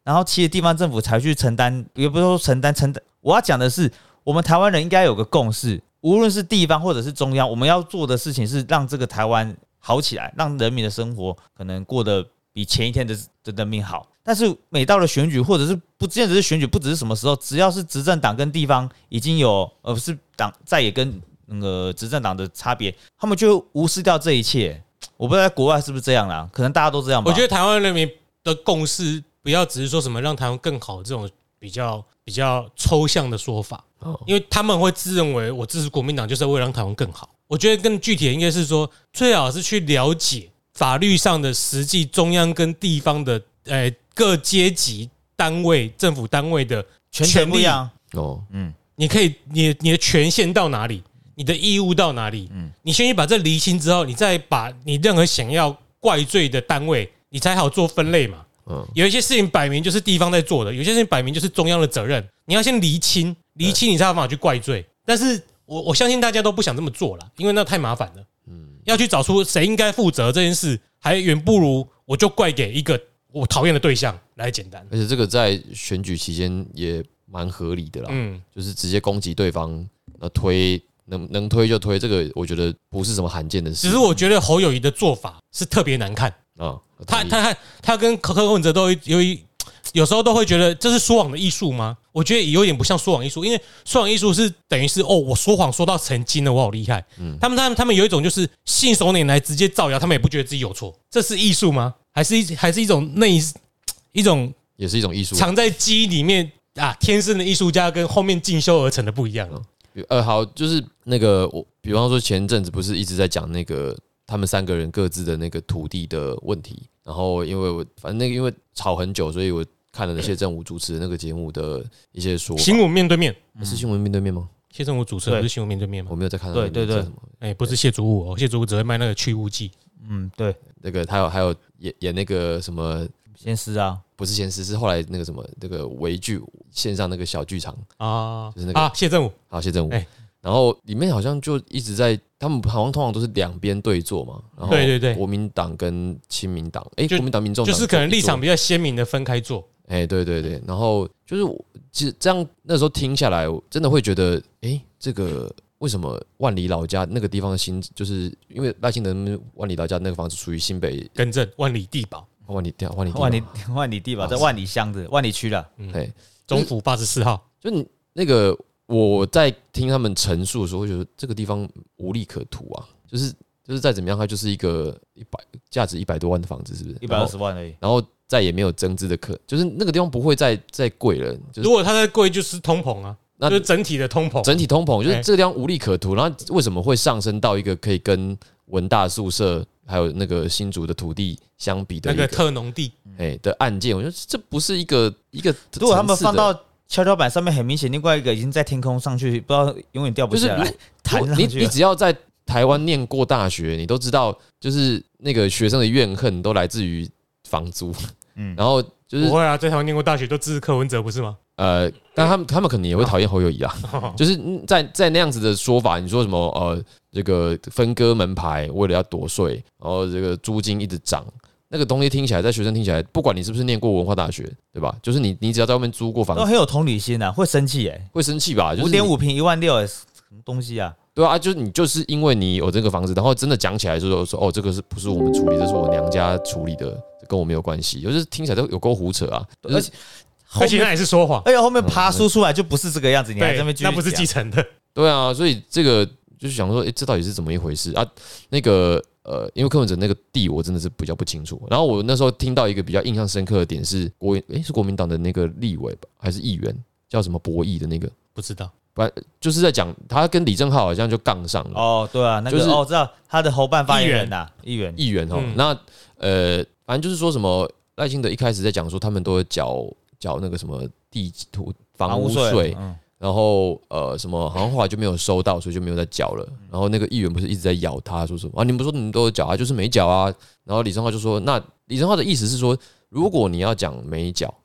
然后其实地方政府才去承担，也不是说承担。我要讲的是，我们台湾人应该有个共识，无论是地方或者是中央，我们要做的事情是让这个台湾好起来，让人民的生活可能过得比前一天的人民好。但是每到了选举，或者是不见得是选举，不只是什么时候，只要是执政党跟地方已经有，不是党再也跟那个执政党的差别，他们就无视掉这一切。我不知道在国外是不是这样啦，可能大家都这样吧。 我觉得台湾人民的共识，不要只是说什么让台湾更好这种比较抽象的说法，因为他们会自认为我支持国民党就是为了让台湾更好。我觉得更具体的应该是说，最好是去了解法律上的实际中央跟地方的各阶级单位、政府单位的权利你可以你的权限到哪里，你的义务到哪里？你先去把这厘清之后，你再把你任何想要怪罪的单位，你才好做分类嘛。有一些事情摆明就是地方在做的，有些事情摆明就是中央的责任，你要先厘清，你才有办法去怪罪。但是我相信大家都不想这么做啦，因为那太麻烦了。要去找出谁应该负责这件事，还远不如我就怪给一个我讨厌的对象来简单。 而且这个在选举期间也蛮合理的啦，就是直接攻击对方，推能推就推，这个我觉得不是什么罕见的事。 只是我觉得侯友宜的做法是特别难看啊，他跟柯文哲都有时候都会觉得这是说谎的艺术吗？我觉得有点不像说谎艺术，因为说谎艺术是等于是我说谎说到成精了，我好厉害。他们有一种就是信手拈来直接造谣，他们也不觉得自己有错，这是艺术吗？还是一种也是一种艺术， 藏在基因里面啊，天生的艺术家跟后面进修而成的不一样。 好，就是那个比方说前阵子不是一直在讲那个他们3个人各自的那个土地的问题，然后因为反正因为吵很久，所以我看了谢震武主持的那个节目的一些说法。 新闻面对面是新闻面对面吗？ 谢震武主持的不是新闻面对面吗？ 我没有在看到。 对，不是谢祖武谢祖武只会卖那个去污剂。 对， 那个他还有演那个什么先师啊， 不是先师，是后来那个什么那个微剧线上那个小剧场啊，就是那个谢震武， 谢震武。然后里面好像就一直在，他们好像通常都是两边对坐嘛。然后对， 国民党跟亲民党，国民党、民众党就是可能立场比较鲜明的分开坐。 对，然后就是其实这样那时候听下来，真的会觉得，这个为什么万里老家那个地方的就是因为赖清德万里老家那个房子属于新北， 更正万里地堡， 万里地堡在万里乡的万里区了。 中府84号， 就你那个。我在听他们陈述的时候，会觉得这个地方无利可图啊，就是再怎么样，它就是一个价值100多万的房子，是不是 ？120万而已。 然后再也没有增资的就是那个地方不会再贵了。 如果它再贵，就是通膨啊，那就是整体的通膨， 就是这个地方无利可图。然后为什么会上升到一个可以跟文大宿舍还有那个新竹的土地相比的那个特农地的案件？我觉得这不是一个如果他们放到跷跷板上面很明显，另外一个已经在天空上去，不知道永远掉不下来。弹上去， 你只要在台湾念过大学，你都知道，就是那个学生的怨恨都来自于房租。然后就是不会啊，在台湾念过大学都支持柯文哲不是吗？ 但他们可能也会讨厌侯友宜啊。就是在那样子的说法，你说什么这个分割门牌，为了要躲税，然后这个租金一直涨。那个东西听起来，在学生听起来，不管你是不是念过文化大学，对吧？就是你只要在外面租过房子， 都很有同理心啊，会生气会生气吧 ？5.5坪16000，什么东西啊？ 对啊，就是因为你有这个房子，然后真的讲起来就是说这个是不是我们处理，这是我娘家处理的，跟我没有关系，就是听起来都有够胡扯啊！ 而且那也是说谎， 而且后面爬书出来就不是这个样子，你还在那边继续讲， 那不是继承的。 对啊，所以这个就是想说，这到底是怎么一回事啊？那个。因为柯文哲那个地我真的是比较不清楚，然后我那时候听到一个比较印象深刻的点是是国民党的那个立委吧，还是议员叫什么博弈的那个， 不知道， 就是在讲他跟李正皓好像就杠上了。 对啊，那个知道他的侯办发言人呐，议员那反正就是说什么赖清德一开始在讲说他们都会缴那个什么地土房屋税。然后什么好像后来就没有收到，所以就没有再缴了。然后那个议员不是一直在咬他，说什么你们说你们都有缴啊，就是没缴啊。然后李正皓就说，那李正皓的意思是说，如果你要讲没缴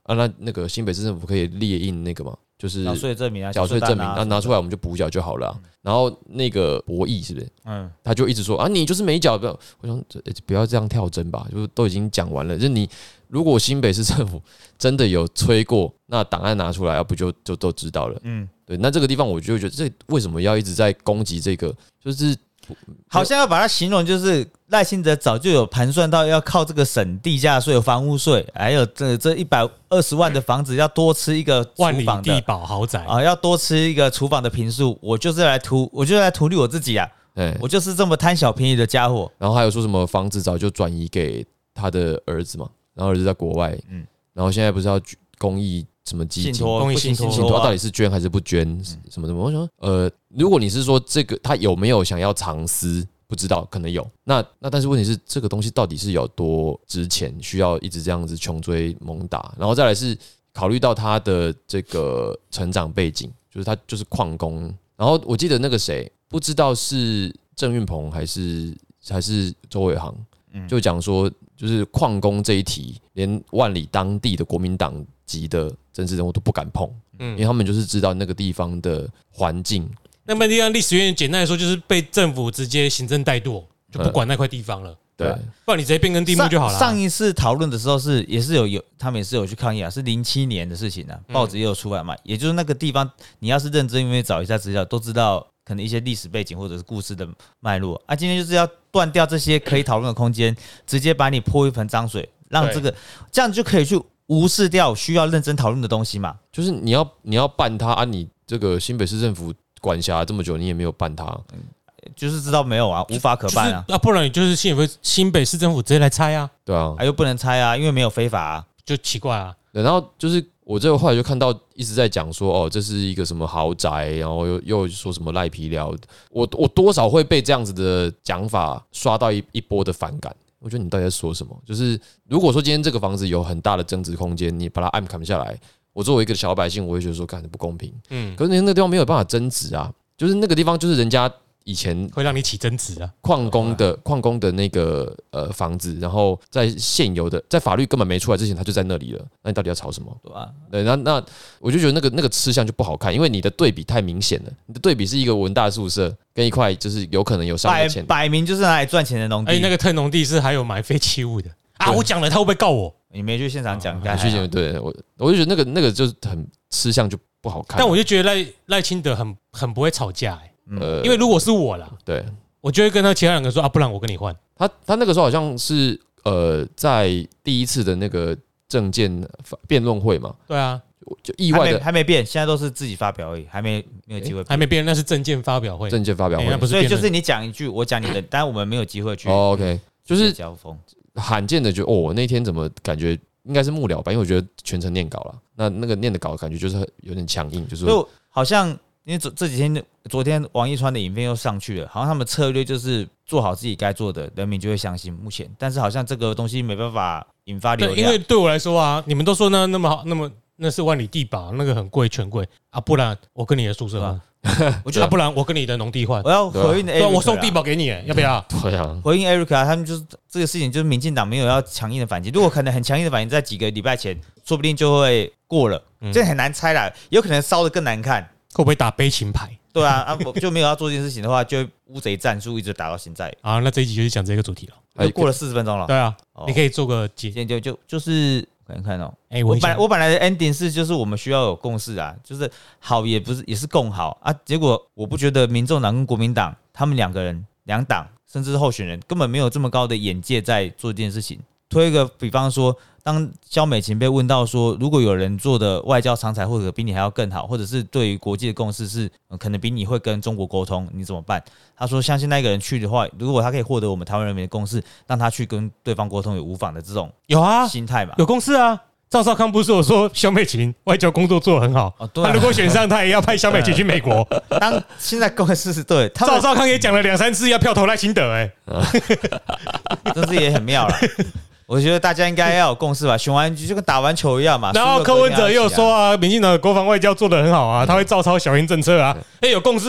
那个新北市政府可以列印那个嘛，就是缴税证明啊， 缴税证明，拿出来我们就补缴就好了。然后那个博弈是不是？他就一直说你就是没缴，我想不要这样跳针吧，就都已经讲完了。就是你如果新北市政府真的有催过，那档案拿出来，要不就都知道了。对，那这个地方我就觉得这为什么要一直在攻击这个，就是。 好像要把它形容就是赖清德早就有盘算到要靠这个省地价税、房屋税，还有这120万的房子要多吃一个万里地堡豪宅啊，要多吃一个厨房的坪数，我就是来图利我自己啊，我就是这么贪小便宜的家伙。 然后还有说什么房子早就转移给他的儿子嘛，然后儿子在国外，然后现在不是要公益什么基金， 公益信托到底是捐还是不捐什么的？我想如果你是说这个他有没有想要藏私，不知道，可能有。那但是问题是这个东西到底是有多值钱，需要一直这样子穷追猛打？然后再来是考虑到他的这个成长背景，就是他就是矿工。然后我记得那个谁，不知道是郑运鹏还是周伟航，就讲说，就是矿工这一题，连万里当地的国民党籍的政治人物都不敢碰，因为他们就是知道那个地方的环境。 那么地方历史渊源，简单来说就是被政府直接行政怠惰，就不管那块地方了。 对， 不然你直接变更地目就好了。 上一次讨论的时候也是有他们也是有去抗议啊，是07年的事情啊，报纸也有出来嘛。也就是那个地方，你要是认真，因为找一下资料，都知道可能一些历史背景或者是故事的脉络啊。今天就是要断掉这些可以讨论的空间，直接把你泼一盆脏水，让这样就可以去无视掉需要认真讨论的东西嘛。 就是你要办它啊，你这个新北市政府管辖这么久，你也没有办它， 就是知道没有啊，无法可办啊。 不然你就是新北市政府直接来拆啊。 对啊， 又不能拆啊，因为没有非法啊， 就奇怪啊。 然后就是我这个后来就看到一直在讲说，这是一个什么豪宅，然后又说什么赖皮寮，我多少会被这样子的讲法刷到一波的反感。我觉得你到底在说什么？就是如果说今天这个房子有很大的增值空间，你把它按砍下来，我作为一个小百姓，我会觉得说，干不公平。可是那个地方没有办法增值啊，就是那个地方就是人家以前会让你起增值啊， 矿工的那个房子，然后在现有的在法律根本没出来之前，他就在那里了。那你到底要吵什么？对，那我就觉得那个吃相就不好看，因为你的对比太明显了。你的对比是一个文大宿舍跟一块就是有可能有上的钱， 摆明就是拿来赚钱的农地。 那个特农地是还有埋废弃物的啊！我讲了，他会不会告我？ 你没去现场讲， 对，我就觉得那个就是很吃相就不好看。 但我就觉得赖清德很不会吵架因为如果是我啦， 对， 我就会跟他其他两个说不然我跟你换。 他那个时候好像是在第一次的那个政见辩论会嘛， 对啊， 就意外的还没变，现在都是自己发表而已，没有机会， 还没变，那是政见发表会， 所以就是你讲一句，我讲你的，但我们没有机会去。 OK， 就是交锋， 罕见的我那天怎么感觉应该是幕僚吧，因为我觉得全程念稿了，那个念的稿感觉就是有点强硬，就是好像。因为这几天，昨天王一川的影片又上去了，好像他们策略就是做好自己该做的，人民就会相信。目前，但是好像这个东西没办法引发流量。 因为对我来说啊，你们都说那么好，那么那是万里地堡，那个很贵，全贵啊，不然我跟你的宿舍换，我觉得不然我跟你的农地换。 我要回应的 Eric， 我送地堡给你，要不要？ 对啊， 回应 Eric 他们就是这个事情，就是民进党没有要强硬的反击。如果可能很强硬的反击，在几个礼拜前，说不定就会过了。这很难猜啦，有可能烧得更难看。 会不会打悲情牌？ 对啊，就没有要做这件事情的话，就乌贼战术一直打到现在。 啊，那这一集就是讲这个主题了。 就过了40分钟了。 对啊，你可以做个结。就是看看哦。 我本来的 ending 是就是我们需要有共识啊，就是好也不是也是共好啊。结果我不觉得民众党跟国民党他们两党甚至是候选人根本没有这么高的眼界在做这件事情。推一个比方说，当萧美琴被问到说，如果有人做的外交长才或者比你还要更好，或者是对于国际的共识是可能比你会跟中国沟通，你怎么办？他说，相信那个人去的话，如果他可以获得我们台湾人民的共识，让他去跟对方沟通有无妨的这种心态嘛， 有共识啊。赵少康不是有说萧美琴外交工作做得很好，他如果选上，他也要派萧美琴去美国。 当现在共识是对， 赵少康也讲了2-3次要票投赖清德， 真是也很妙了。我觉得大家应该要有共识吧，选完局就跟打完球一样嘛。 然后柯文哲也有说啊，民进党的国防外交做得很好啊，他会照抄小英政策啊。有共识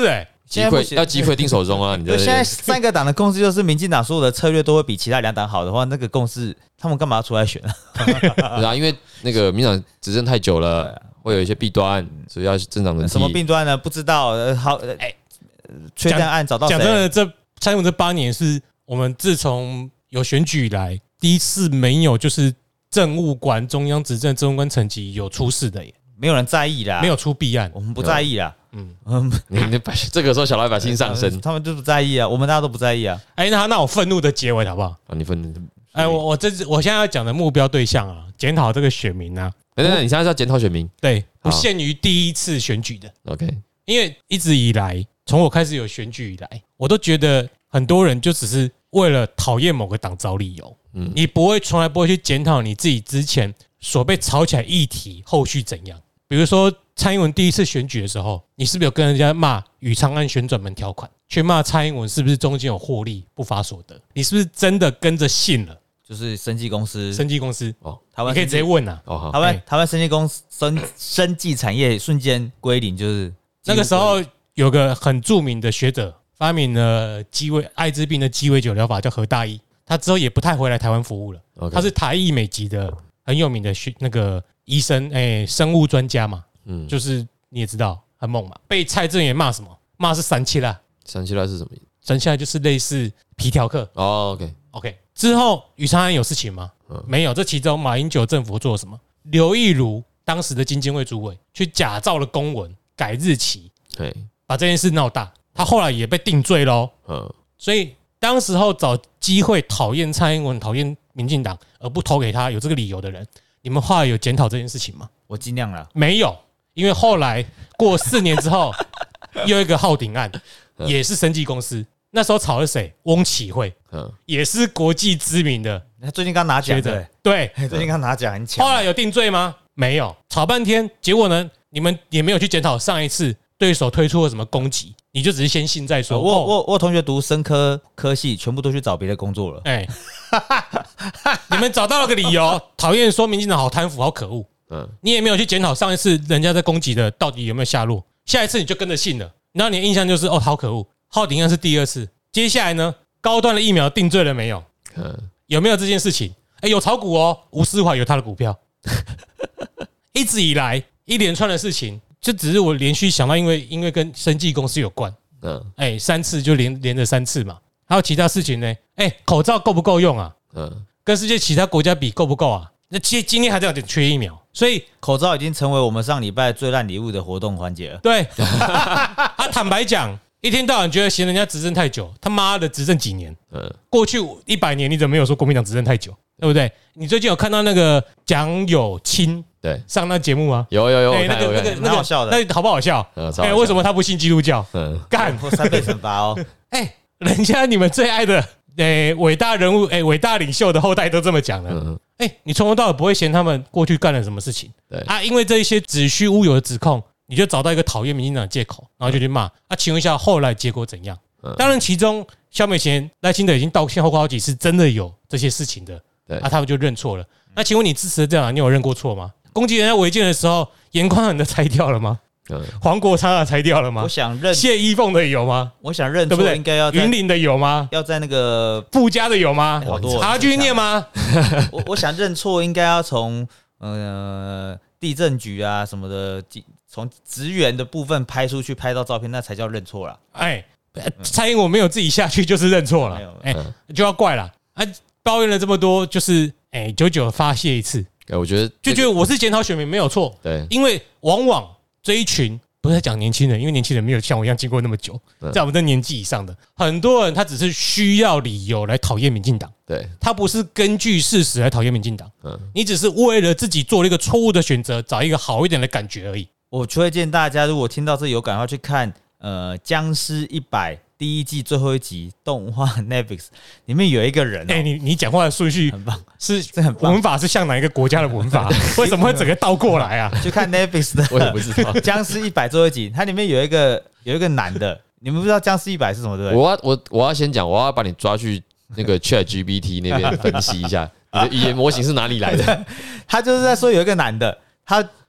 击溃定手中啊！你现在3个党的共识就是，民进党所有的策略都会比其他2党好的话，那个共识他们干嘛要出来选啊？ 对啊，因为那个民进党执政太久了，会有一些弊端，所以要增长人气。 什么弊端呢？不知道。好，缺战案找到谁？ 讲真的，这蔡英文这8年是我们自从有选举以来第一次没有就是政务官、中央执政政务官层级有出事的耶， 没有人在意啦， 没有出弊案， 我们不在意啦。 你这个时候小老百姓上升， 他们就不在意啊，我们大家都不在意啊。 那我愤怒的结尾好不好？ 你愤怒。 我现在要讲的目标对象啊，检讨这个选民啊。 等，你现在是要检讨选民？ 对，不限于第一次选举的。 OK， 因为一直以来，从我开始有选举以来，我都觉得很多人就只是为了讨厌某个党找理由。你从来不会去检讨你自己之前所被炒起来议题后续怎样。比如说蔡英文第一次选举的时候，你是不是有跟人家骂宇昌案旋转门条款，去骂蔡英文是不是中间有获利不法所得？你是不是真的跟着信了？ 就是生技公司哦，你可以直接问啊。 台湾生技公司生技产业瞬间归零，就是那个时候有个很著名的学者发明了艾滋病的鸡尾酒疗法，叫何大一。他之后也不太回来台湾服务了。他是台裔美籍的很有名的那个医生，生物专家嘛。就是你也知道很猛嘛。被蔡正元骂什么？骂是三七啦。 三七啦是什么意思？ 三七啦就是类似皮条客。OK。之后宇昌案有事情吗？没有。这其中马英九政府做了什么？刘义儒当时的经监会主委去假造了公文，改日期，把这件事闹大。他后来也被定罪喽。所以当时候找机会讨厌蔡英文、讨厌民进党而不投给他，有这个理由的人，你们后来有检讨这件事情吗？ 我尽量了， 没有，因为后来过4年之后，又一个浩鼎案，也是生技公司。那时候炒的谁？翁启惠，也是国际知名的。 他最近刚拿奖， 对， 最近刚拿奖很强。 后来有定罪吗？没有，吵半天，结果呢？你们也没有去检讨上一次对手推出了什么攻击，你就只是先信再说。 我同学读生科系，全部都去找别的工作了。 你们找到了个理由，讨厌说民进党好贪腐、好可恶。你也没有去检讨上一次人家在攻击的到底有没有下落，下一次你就跟着信了，然后你的印象就是好可恶。浩鼎案是第2次，接下来呢，高端的疫苗定罪了没有？有没有这件事情？有炒股哦，吴思怀有他的股票。一直以来一连串的事情，就只是我连续想到，因为跟生技公司有关。3次就连着3次嘛。还有其他事情呢？口罩够不够用啊？跟世界其他国家比够不够啊？那今天还在有点缺疫苗，所以口罩已经成为我们上礼拜最烂礼物的活动环节了。 对，坦白讲，一天到晚觉得嫌人家执政太久，他妈的执政几年？过去100年你怎么没有说国民党执政太久？对不对？你最近有看到那个蒋友清上那节目吗？ 有， 那好笑的， 那好不好笑？为什么他不信基督教？干 3倍惩罚哦！ 人家你们最爱的伟大人物伟大领袖的后代都这么讲了。你从头到尾不会嫌他们过去干了什么事情因为这一些子虚乌有的指控，你就找到一个讨厌民进党的借口，然后就去骂。请问一下，后来结果怎样？当然，其中萧美琴、赖清德已经道歉后过好几次，真的有这些事情的。他们就认错了。那请问你支持这样，你有认过错吗？攻击人家违建的时候，严宽恒的拆掉了吗？黄国昌的拆掉了吗？ 我想认谢依凤的有吗？ 我想认错，对不对？应该要云林的有吗？ 要在那个布家的有吗？还要继续念吗？ 我想认错，应该要从地震局啊什么的，从职员的部分拍出去，拍到照片，那才叫认错了。 蔡英文没有自己下去就是认错了，就要怪了。抱怨了这么多，就是久久发泄一次。 我觉得就觉得我是检讨选民没有错， 对， 因为往往这一群不是在讲年轻人，因为年轻人没有像我一样经过那么久，在我们这年纪以上的很多人，他只是需要理由来讨厌民进党， 对， 他不是根据事实来讨厌民进党，你只是为了自己做了一个错误的选择，找一个好一点的感觉而已。 我推荐大家，如果听到这有感的话，去看僵尸100第1季最后一集动画 Netflix 里面有一个人你讲话的顺序很棒， 这很文法是像哪一个国家的文法？为什么会整个倒过来啊？ 去看 Netflix 的， 我也不知道僵尸100最后一集，它里面有一个男的，你们不知道僵尸100是什么对不对？我要先讲，我要把你抓去那个 ChatGPT 那边分析一下，你的语言模型是哪里来的？ 他就是在说有一个男的，他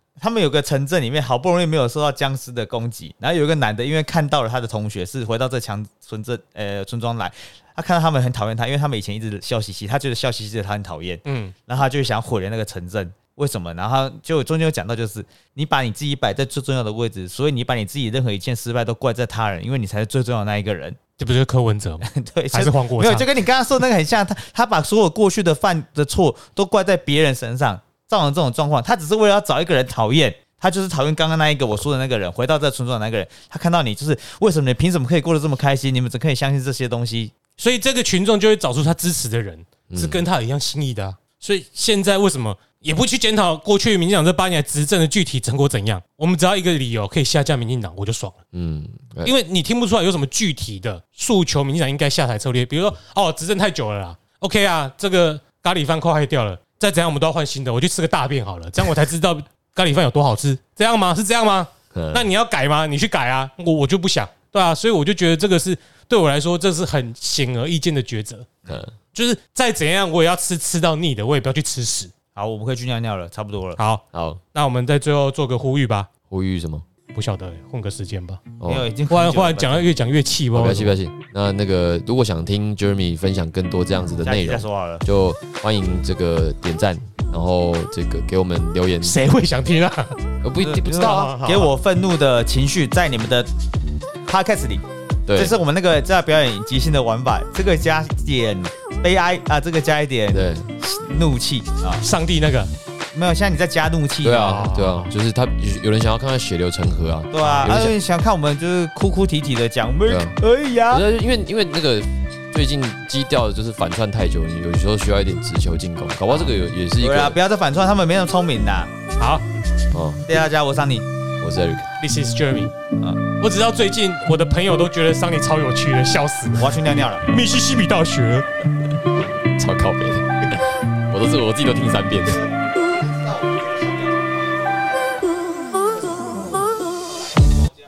他们有个城镇里面好不容易没有受到僵尸的攻击，然后有一个男的因为看到了他的同学是回到这村庄来，他看到他们很讨厌他，因为他们以前一直笑嘻嘻，他觉得笑嘻嘻的他很讨厌，然后他就想毁了那个城镇。为什么？然后他就中间有讲到，就是你把你自己摆在最重要的位置，所以你把你自己任何一件失败都怪在他人，因为你才是最重要的那一个人。 这不就是柯文哲吗？ 对， 还是黄国昌？ 没有，就跟你刚刚说的那个很像，他把所有过去的犯的错都怪在别人身上，造成这种状况。他只是为了要找一个人讨厌，他就是讨厌刚刚那一个我说的那个人，回到这村庄的那个人。他看到你，就是为什么你凭什么可以过得这么开心？你们怎可以相信这些东西？ 所以这个群众就会找出他支持的人是跟他一样心意的啊。所以现在为什么也不去检讨过去民进党这8年来执政的具体成果怎样？我们只要一个理由可以下架民进党，我就爽了。因为你听不出来有什么具体的诉求，民进党应该下台策略。比如说，哦，执政太久了啦 ，OK 啊，这个咖喱饭快坏掉了，再怎样我们都要换新的，我去吃个大便好了，这样我才知道咖喱饭有多好吃。这样吗？是这样吗？那你要改吗？你去改啊，我就不想，对啊，所以我就觉得这个是对我来说，这是很显而易见的抉择。就是再怎样，我也要吃到腻的，我也不要去吃屎。 好，我们可以去尿尿了，差不多了。 好，那我们在最后做个呼吁吧。 呼吁什么？ 不晓得，混个时间吧。 没有，已经忽然讲了，越讲越气。不要气。 那个，如果想听 Jeremy 分享更多这样子的内容，就欢迎这个点赞，然后这个给我们留言。 谁会想听啊？ 不知道啊。 给我愤怒的情绪在你们的 podcast 里。这是我们那个在表演即兴的玩法，这个加一点悲哀啊，这个加一点怒气啊， 上帝那个没有，现在你在加怒气。 对啊，就是他有人想要看到血流成河啊， 对啊，有人想看我们就是哭哭啼啼的讲，可以呀。 因为那个最近基调的就是反串太久，你有时候需要一点直球进攻，搞不好这个也是一个。 对啊，不要再反串，他们没那么聪明的。 好， 谢谢大家，我是桑尼， 我是 Eric，This is Jeremy。我只知道最近我的朋友都觉得桑尼超有趣的，笑死！ 我要去尿尿了。 密西西比大学， 超靠北的，我自己都听3遍。